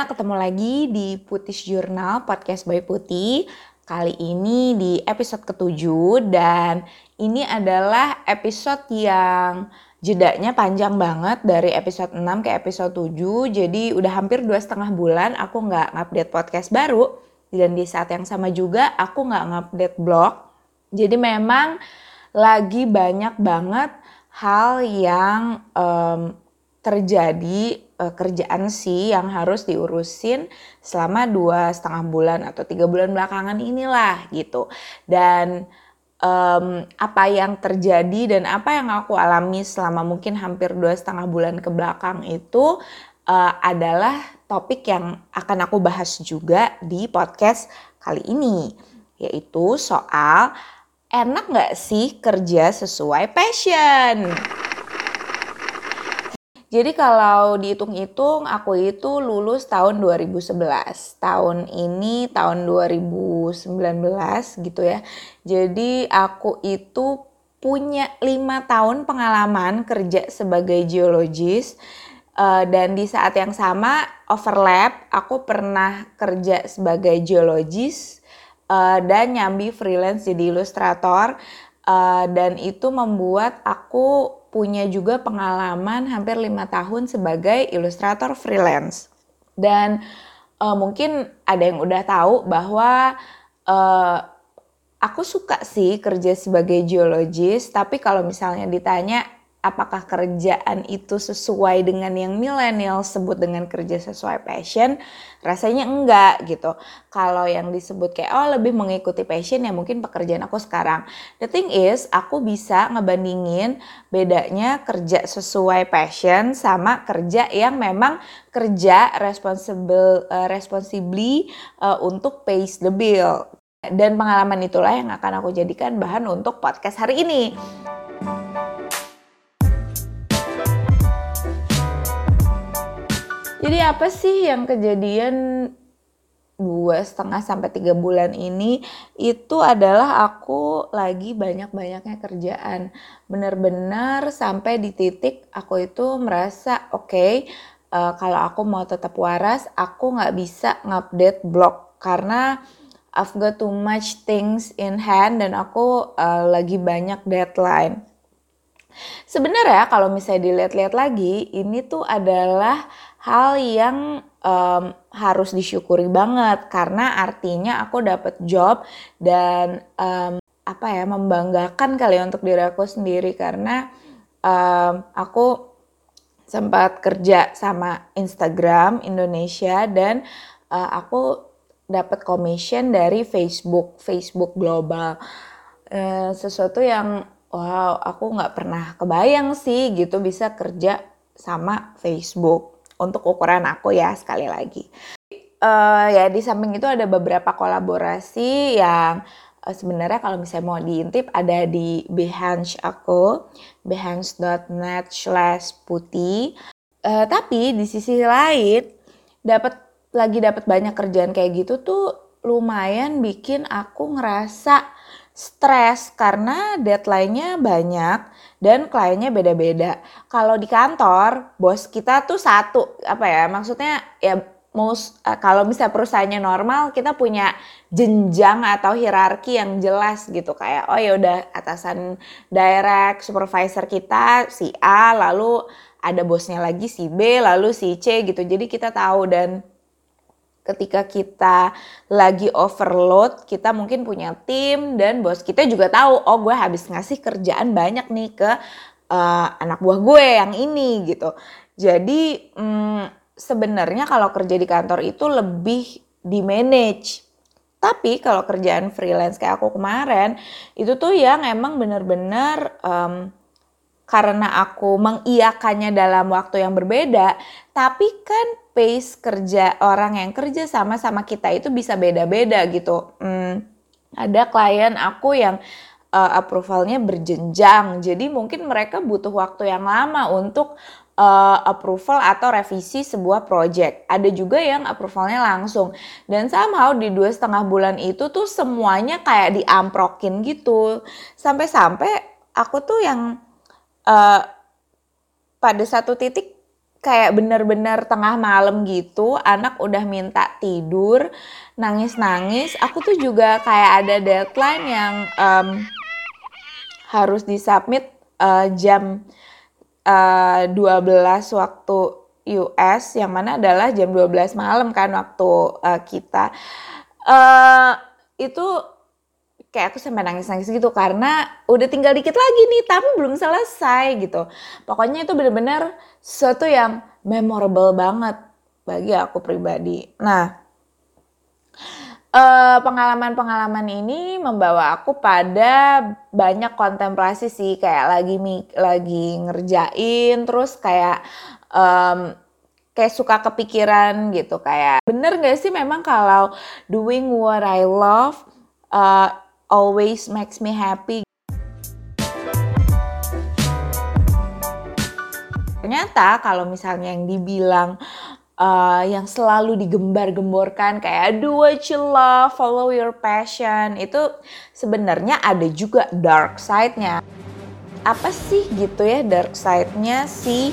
semuanya, ketemu lagi di Putih Jurnal Podcast by Putih. Kali ini di episode ke-7 dan ini adalah episode yang jedanya panjang banget dari episode 6 ke episode 7. Jadi udah hampir 2,5 bulan aku nggak ngupdate podcast baru. Dan di saat yang sama juga aku nggak ngupdate blog. Jadi memang lagi banyak banget hal yang terjadi, kerjaan sih yang harus diurusin selama 2,5 bulan atau 3 bulan belakangan inilah gitu. Dan apa yang terjadi dan apa yang aku alami selama mungkin hampir 2,5 bulan ke belakang itu adalah topik yang akan aku bahas juga di podcast kali ini, yaitu soal enak gak sih kerja sesuai passion? Jadi kalau dihitung-hitung aku itu lulus tahun 2011. Tahun ini tahun 2019 gitu ya. Jadi aku itu punya 5 tahun pengalaman kerja sebagai geologis. Dan di saat yang sama overlap aku pernah kerja sebagai geologis dan nyambi freelance jadi ilustrator. Dan itu membuat aku punya juga pengalaman hampir 5 tahun sebagai ilustrator freelance. Dan mungkin ada yang udah tahu bahwa aku suka sih kerja sebagai geologis, tapi kalau misalnya ditanya apakah kerjaan itu sesuai dengan yang milenial sebut dengan kerja sesuai passion, rasanya enggak gitu. Kalau yang disebut kayak lebih mengikuti passion ya mungkin pekerjaan aku sekarang. The thing is aku bisa ngebandingin bedanya kerja sesuai passion sama kerja yang memang kerja responsibly untuk pay the bill. Dan pengalaman itulah yang akan aku jadikan bahan untuk podcast hari ini. Jadi apa sih yang kejadian 2,5 sampai 3 bulan ini? Itu adalah aku lagi banyak-banyaknya kerjaan. Benar-benar sampai di titik aku itu merasa kalau aku mau tetap waras, aku nggak bisa ngupdate blog karena I've got too much things in hand dan aku lagi banyak deadline. Sebenarnya kalau misalnya dilihat-lihat lagi, ini tuh adalah hal yang harus disyukuri banget karena artinya aku dapat job dan membanggakan kali untuk diri aku sendiri karena aku sempat kerja sama Instagram Indonesia dan aku dapat commission dari Facebook global. Sesuatu yang wow, aku nggak pernah kebayang sih gitu bisa kerja sama Facebook untuk ukuran aku ya sekali lagi. Ya di samping itu ada beberapa kolaborasi yang sebenarnya kalau misalnya mau diintip ada di Behance aku, behance.net/putih. Tapi di sisi lain dapat banyak kerjaan kayak gitu tuh lumayan bikin aku ngerasa stres karena deadline-nya banyak dan kliennya beda-beda. Kalau di kantor, bos kita tuh satu, maksudnya ya kalau misalnya perusahaannya normal, kita punya jenjang atau hierarki yang jelas gitu kayak ya udah atasan direct supervisor kita si A, lalu ada bosnya lagi si B, lalu si C gitu. Jadi kita tahu dan ketika kita lagi overload, kita mungkin punya tim dan bos kita juga tahu, gue habis ngasih kerjaan banyak nih ke anak buah gue yang ini gitu. Jadi sebenarnya kalau kerja di kantor itu lebih di manage. Tapi kalau kerjaan freelance kayak aku kemarin, itu tuh yang emang benar-benar karena aku mengiyakannya dalam waktu yang berbeda, tapi kan pace kerja orang yang kerja sama kita itu bisa beda-beda gitu. Ada klien aku yang approvalnya berjenjang, jadi mungkin mereka butuh waktu yang lama untuk approval atau revisi sebuah project. Ada juga yang approvalnya langsung. Dan somehow di 2,5 bulan itu tuh semuanya kayak diamprokin gitu. Sampai-sampai aku tuh yang pada satu titik kayak bener-bener tengah malam gitu, anak udah minta tidur, nangis-nangis. Aku tuh juga kayak ada deadline yang harus disubmit jam 12 waktu US, yang mana adalah jam 12 malam kan waktu kita. Itu kayak aku sampai nangis-nangis gitu karena udah tinggal dikit lagi nih tapi belum selesai gitu. Pokoknya itu bener-bener sesuatu yang memorable banget bagi aku pribadi. Nah, pengalaman-pengalaman ini membawa aku pada banyak kontemplasi sih, kayak lagi ngerjain terus kayak kayak suka kepikiran gitu, kayak bener gak sih memang kalau doing what I love always makes me happy. Ternyata kalau misalnya yang dibilang yang selalu digembar-gemborkan kayak do what you love, follow your passion, itu sebenarnya ada juga dark side-nya. Apa sih gitu ya dark side-nya sih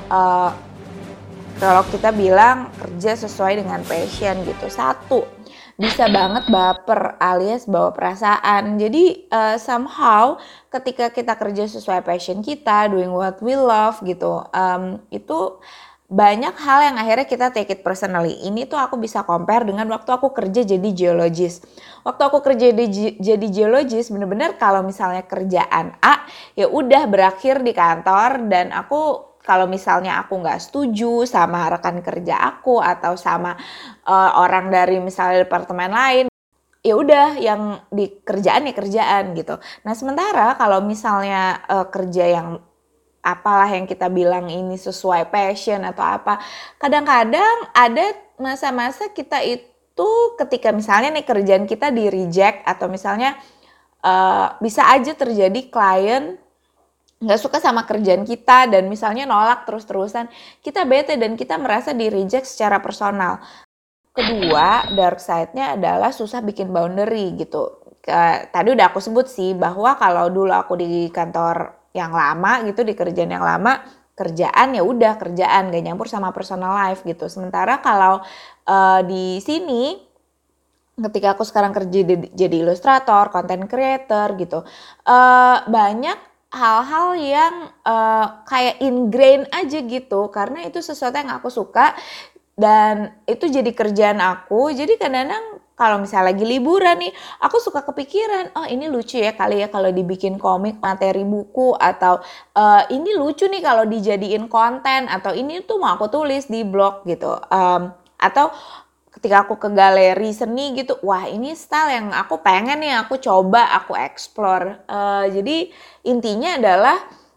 kalau kita bilang kerja sesuai dengan passion gitu? Satu, bisa banget baper alias bawa perasaan. Jadi somehow ketika kita kerja sesuai passion kita, doing what we love gitu, itu banyak hal yang akhirnya kita take it personally. Ini tuh aku bisa compare dengan waktu aku kerja jadi geologis. Waktu aku kerja jadi geologis, bener-bener kalau misalnya kerjaan A, ya udah berakhir di kantor dan aku kalau misalnya aku nggak setuju sama rekan kerja aku atau sama orang dari misalnya departemen lain, ya udah yang di kerjaan ya kerjaan gitu. Nah sementara kalau misalnya kerja yang apalah yang kita bilang ini sesuai passion atau apa, kadang-kadang ada masa-masa kita itu ketika misalnya nih kerjaan kita di reject atau misalnya bisa aja terjadi klien nggak suka sama kerjaan kita dan misalnya nolak terus-terusan, kita bete dan kita merasa di reject secara personal. Kedua, dark side-nya adalah susah bikin boundary gitu. Tadi udah aku sebut sih bahwa kalau dulu aku di kantor yang lama gitu, di kerjaan yang lama, kerjaan ya udah kerjaan, gak nyampur sama personal life gitu. Sementara kalau di sini ketika aku sekarang kerja jadi ilustrator, content creator gitu, banyak hal-hal yang kayak ingrain aja gitu karena itu sesuatu yang aku suka dan itu jadi kerjaan aku. Jadi kadang-kadang kalau misalnya lagi liburan nih, aku suka kepikiran, oh ini lucu ya kali ya kalau dibikin komik materi buku, atau ini lucu nih kalau dijadiin konten, atau ini tuh mau aku tulis di blog gitu. Atau ketika aku ke galeri seni gitu, wah ini style yang aku pengen nih aku coba, aku explore. Jadi intinya adalah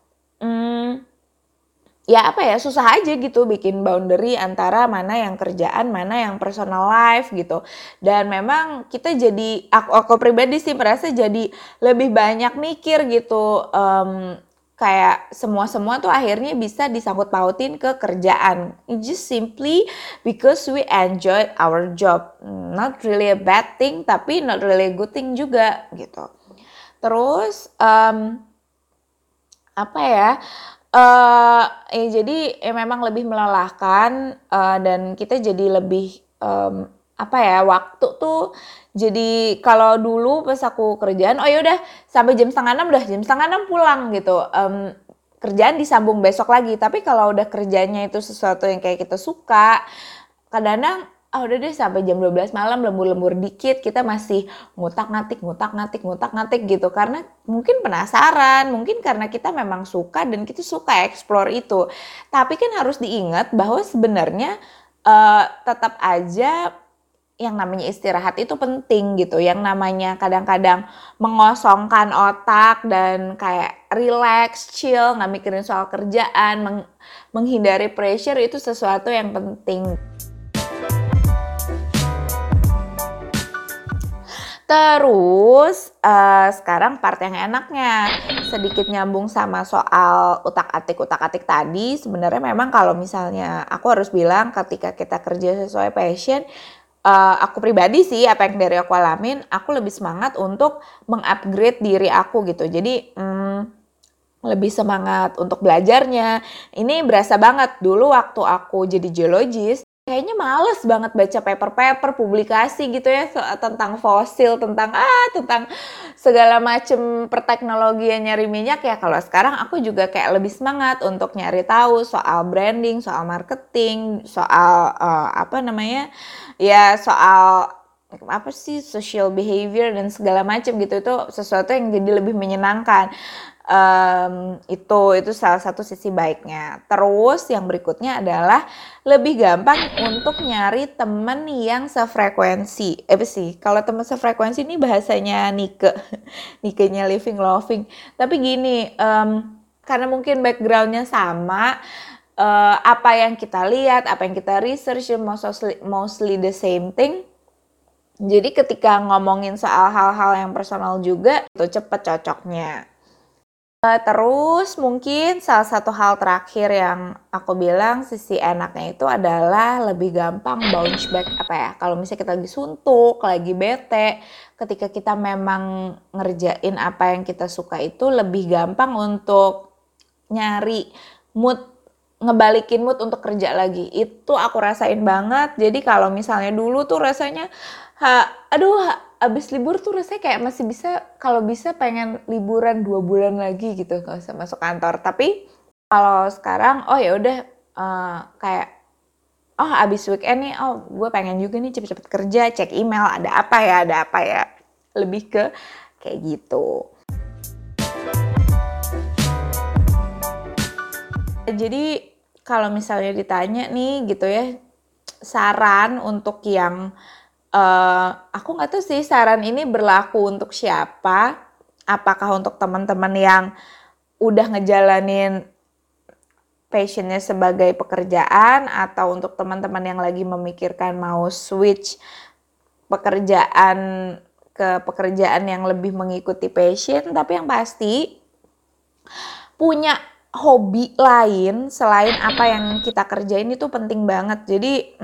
ya apa ya, susah aja gitu bikin boundary antara mana yang kerjaan, mana yang personal life gitu. Dan memang kita jadi, aku pribadi sih merasa jadi lebih banyak mikir gitu, kayak semua tuh akhirnya bisa disangkut pautin ke kerjaan. It just simply because we enjoy our job. Not really a bad thing, tapi not really a good thing juga gitu. Terus apa ya, jadi memang lebih melelahkan, dan kita jadi lebih apa ya, waktu tuh jadi kalau dulu pas aku kerjaan, oh yaudah sampai jam 5:30 dah, jam 5:30 pulang gitu, kerjaan disambung besok lagi. Tapi kalau udah kerjanya itu sesuatu yang kayak kita suka, kadang-kadang udah deh sampai jam 12 malam lembur-lembur dikit kita masih ngutak-ngatik gitu karena mungkin penasaran, mungkin karena kita memang suka dan kita suka explore itu. Tapi kan harus diingat bahwa sebenarnya tetap aja yang namanya istirahat itu penting gitu. Yang namanya kadang-kadang mengosongkan otak dan kayak relax, chill, nggak mikirin soal kerjaan, menghindari pressure itu sesuatu yang penting. Terus sekarang part yang enaknya, sedikit nyambung sama soal utak-atik tadi. Sebenarnya memang kalau misalnya aku harus bilang ketika kita kerja sesuai passion, aku pribadi sih apa yang dari aku alamin, aku lebih semangat untuk mengupgrade diri aku gitu. Jadi lebih semangat untuk belajarnya. Ini berasa banget dulu waktu aku jadi geologis, kayaknya males banget baca paper-paper, publikasi gitu ya tentang fosil, tentang segala macem perteknologian nyari minyak ya. Kalau sekarang aku juga kayak lebih semangat untuk nyari tahu soal branding, soal marketing, soal soal apa sih social behavior dan segala macam gitu. Itu sesuatu yang jadi lebih menyenangkan. Itu salah satu sisi baiknya. Terus yang berikutnya adalah lebih gampang untuk nyari temen yang sefrekuensi. Kalau temen sefrekuensi ini bahasanya Nikenya Living Loving. Tapi gini, karena mungkin backgroundnya sama, apa yang kita lihat, apa yang kita research, mostly the same thing. Jadi ketika ngomongin soal hal-hal yang personal juga, itu cepet cocoknya. Terus mungkin salah satu hal terakhir yang aku bilang sisi enaknya itu adalah lebih gampang bounce back kalau misalnya kita lagi suntuk, lagi bete, ketika kita memang ngerjain apa yang kita suka itu lebih gampang untuk nyari mood, ngebalikin mood untuk kerja lagi. Itu aku rasain banget. Jadi kalau misalnya dulu tuh rasanya abis libur tuh rasanya kayak masih bisa, kalau bisa pengen liburan 2 bulan lagi gitu, gak usah masuk kantor. Tapi kalau sekarang ya udah kayak abis weekend nih, gue pengen juga nih cepet-cepet kerja, cek email, ada apa ya, lebih ke kayak gitu. Jadi kalau misalnya ditanya nih gitu ya, saran untuk yang aku nggak tahu sih saran ini berlaku untuk siapa. Apakah untuk teman-teman yang udah ngejalanin passionnya sebagai pekerjaan, atau untuk teman-teman yang lagi memikirkan mau switch pekerjaan ke pekerjaan yang lebih mengikuti passion. Tapi yang pasti punya hobi lain selain apa yang kita kerjain itu penting banget. Jadi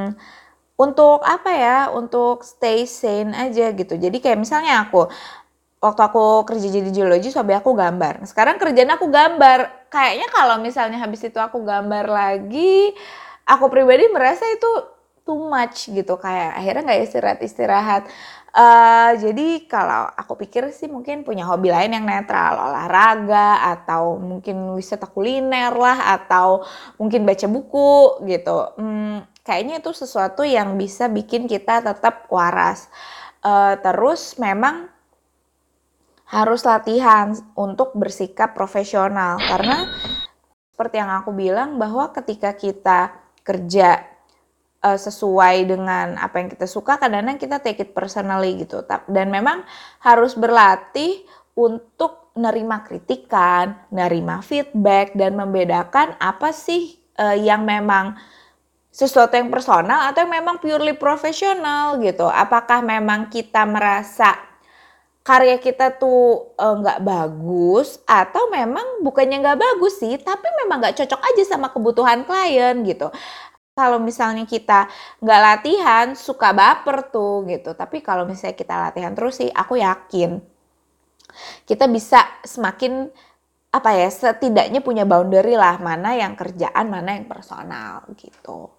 untuk stay sane aja gitu. Jadi kayak misalnya waktu aku kerja jadi geologis, hobi aku gambar. Sekarang kerjaan aku gambar. Kayaknya kalau misalnya habis itu aku gambar lagi, aku pribadi merasa itu too much gitu. Kayak akhirnya nggak istirahat. Jadi kalau aku pikir sih mungkin punya hobi lain yang netral, olahraga, atau mungkin wisata kuliner lah, atau mungkin baca buku gitu. Kayaknya itu sesuatu yang bisa bikin kita tetap waras. Terus memang harus latihan untuk bersikap profesional, karena seperti yang aku bilang bahwa ketika kita kerja sesuai dengan apa yang kita suka, kadang-kadang kita take it personally gitu. Dan memang harus berlatih untuk nerima kritikan, nerima feedback, dan membedakan apa sih yang memang sesuatu yang personal atau yang memang purely profesional gitu. Apakah memang kita merasa karya kita tuh nggak bagus, atau memang bukannya nggak bagus sih, tapi memang nggak cocok aja sama kebutuhan klien gitu. Kalau misalnya kita nggak latihan, suka baper tuh gitu. Tapi kalau misalnya kita latihan terus sih, aku yakin kita bisa semakin setidaknya punya boundary lah, mana yang kerjaan, mana yang personal gitu.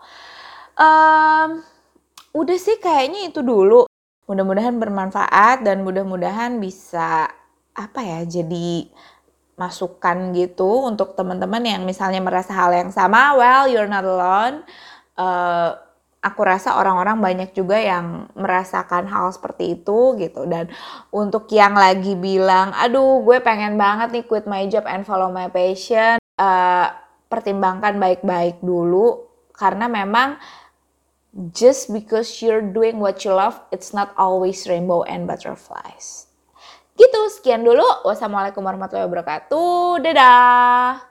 Udah sih kayaknya itu dulu. Mudah-mudahan bermanfaat dan mudah-mudahan bisa jadi masukan gitu untuk teman-teman yang misalnya merasa hal yang sama. Well, you're not alone. Aku rasa orang-orang banyak juga yang merasakan hal seperti itu gitu. Dan untuk yang lagi bilang, aduh gue pengen banget nih quit my job and follow my passion, pertimbangkan baik-baik dulu, karena memang just because you're doing what you love, it's not always rainbow and butterflies. Gitu, sekian dulu. Wassalamualaikum warahmatullahi wabarakatuh. Dadah!